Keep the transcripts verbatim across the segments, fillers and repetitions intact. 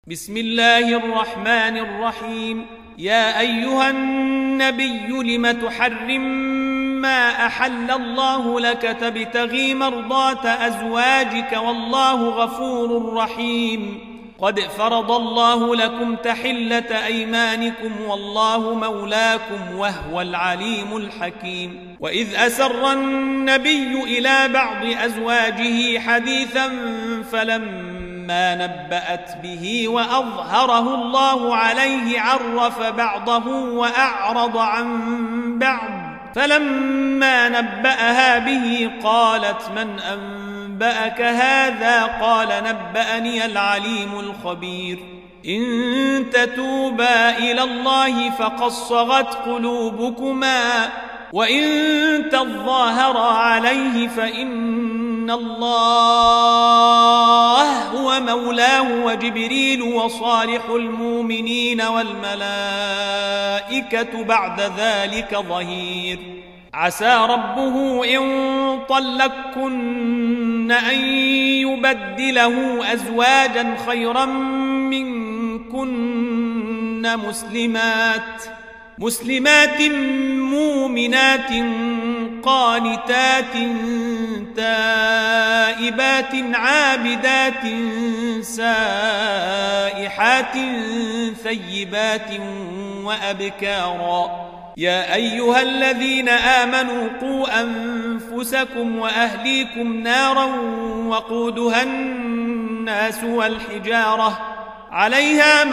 بسم الله الرحمن الرحيم. يا أيها النبي لم تحرم ما أحل الله لك تبتغي مرضات أزواجك والله غفور رحيم. قد فرض الله لكم تحلة أيمانكم والله مولاكم وهو العليم الحكيم. وإذ أسر النبي إلى بعض أزواجه حديثا فلما ما نبأت به وأظهره الله عليه عرف بعضه وأعرض عن بعض فلما نبأها به قالت من أنبأك هذا قال نبأني العليم الخبير. إن تتوبا إلى الله فقد صغت قلوبكما وإن تظاهرا عليه فإن الله هو مولاه وجبريل وصالح المؤمنين والملائكة بعد ذلك ظهير. عسى ربه إن طلقكن أن يبدله أزواجا خيرا منكن مسلمات مسلمات مؤمنات قانتات تائبات عابدات سائحات ثيبات وأبكارا. يا أيها الذين آمنوا قوا أنفسكم وأهليكم نارا وقودها الناس والحجارة عليها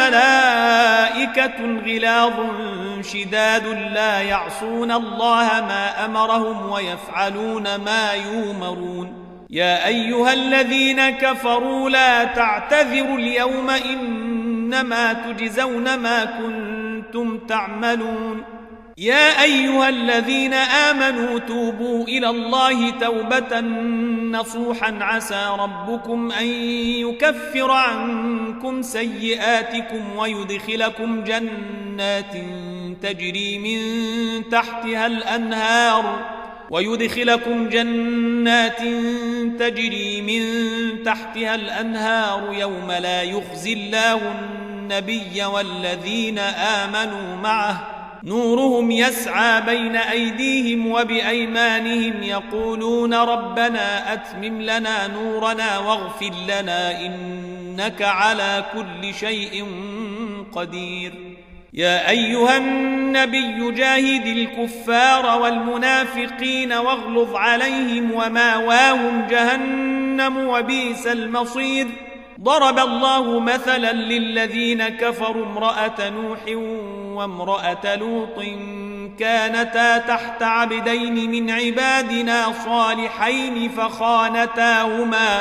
ملائكة غلاظ شداد لا يعصون الله ما أمرهم ويفعلون ما يؤمرون. يا أيها الذين كفروا لا تعتذروا اليوم إنما تجزون ما كنتم تعملون. يا أيها الذين آمنوا توبوا إلى الله توبة نصوحا عسى ربكم أن يكفر عنكم سيئاتكم ويدخلكم جنات تجري من تحتها الأنهار ويدخلكم جنات تجري من تحتها الأنهار يوم لا يخزي الله النبي والذين آمنوا معه نورهم يسعى بين أيديهم وبأيمانهم يقولون ربنا أتمم لنا نورنا واغفر لنا إنك على كل شيء قدير. يا أيها النبي جاهد الكفار والمنافقين واغلظ عليهم وماواهم جهنم وبئس المصير. ضرب الله مثلا للذين كفروا امرأة نوح وامرأة لوط كانتا تحت عبدين من عبادنا صالحين فخانتاهما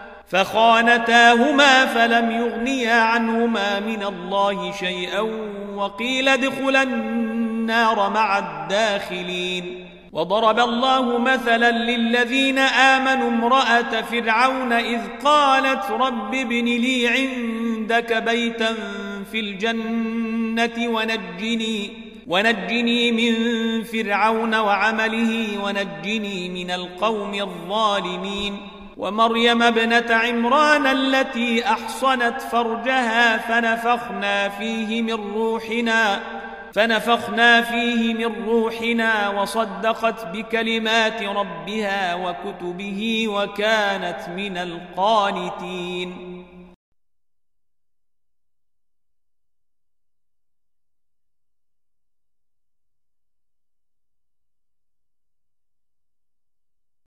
فخانتاهما فلم يغنيا عنهما من الله شيئا وقيل ادخلا النار مع الداخلين. وضرب الله مثلا للذين آمنوا امرأة فرعون إذ قالت رب ابن لي عندك بيتا في الجنة ونجني, ونجني من فرعون وعمله ونجني من القوم الظالمين. ومريم ابنة عمران التي أحصنت فرجها فنفخنا فيه من روحنا فنفخنا فيه من روحنا وصدقت بكلمات ربها وكتبه وكانت من القانتين.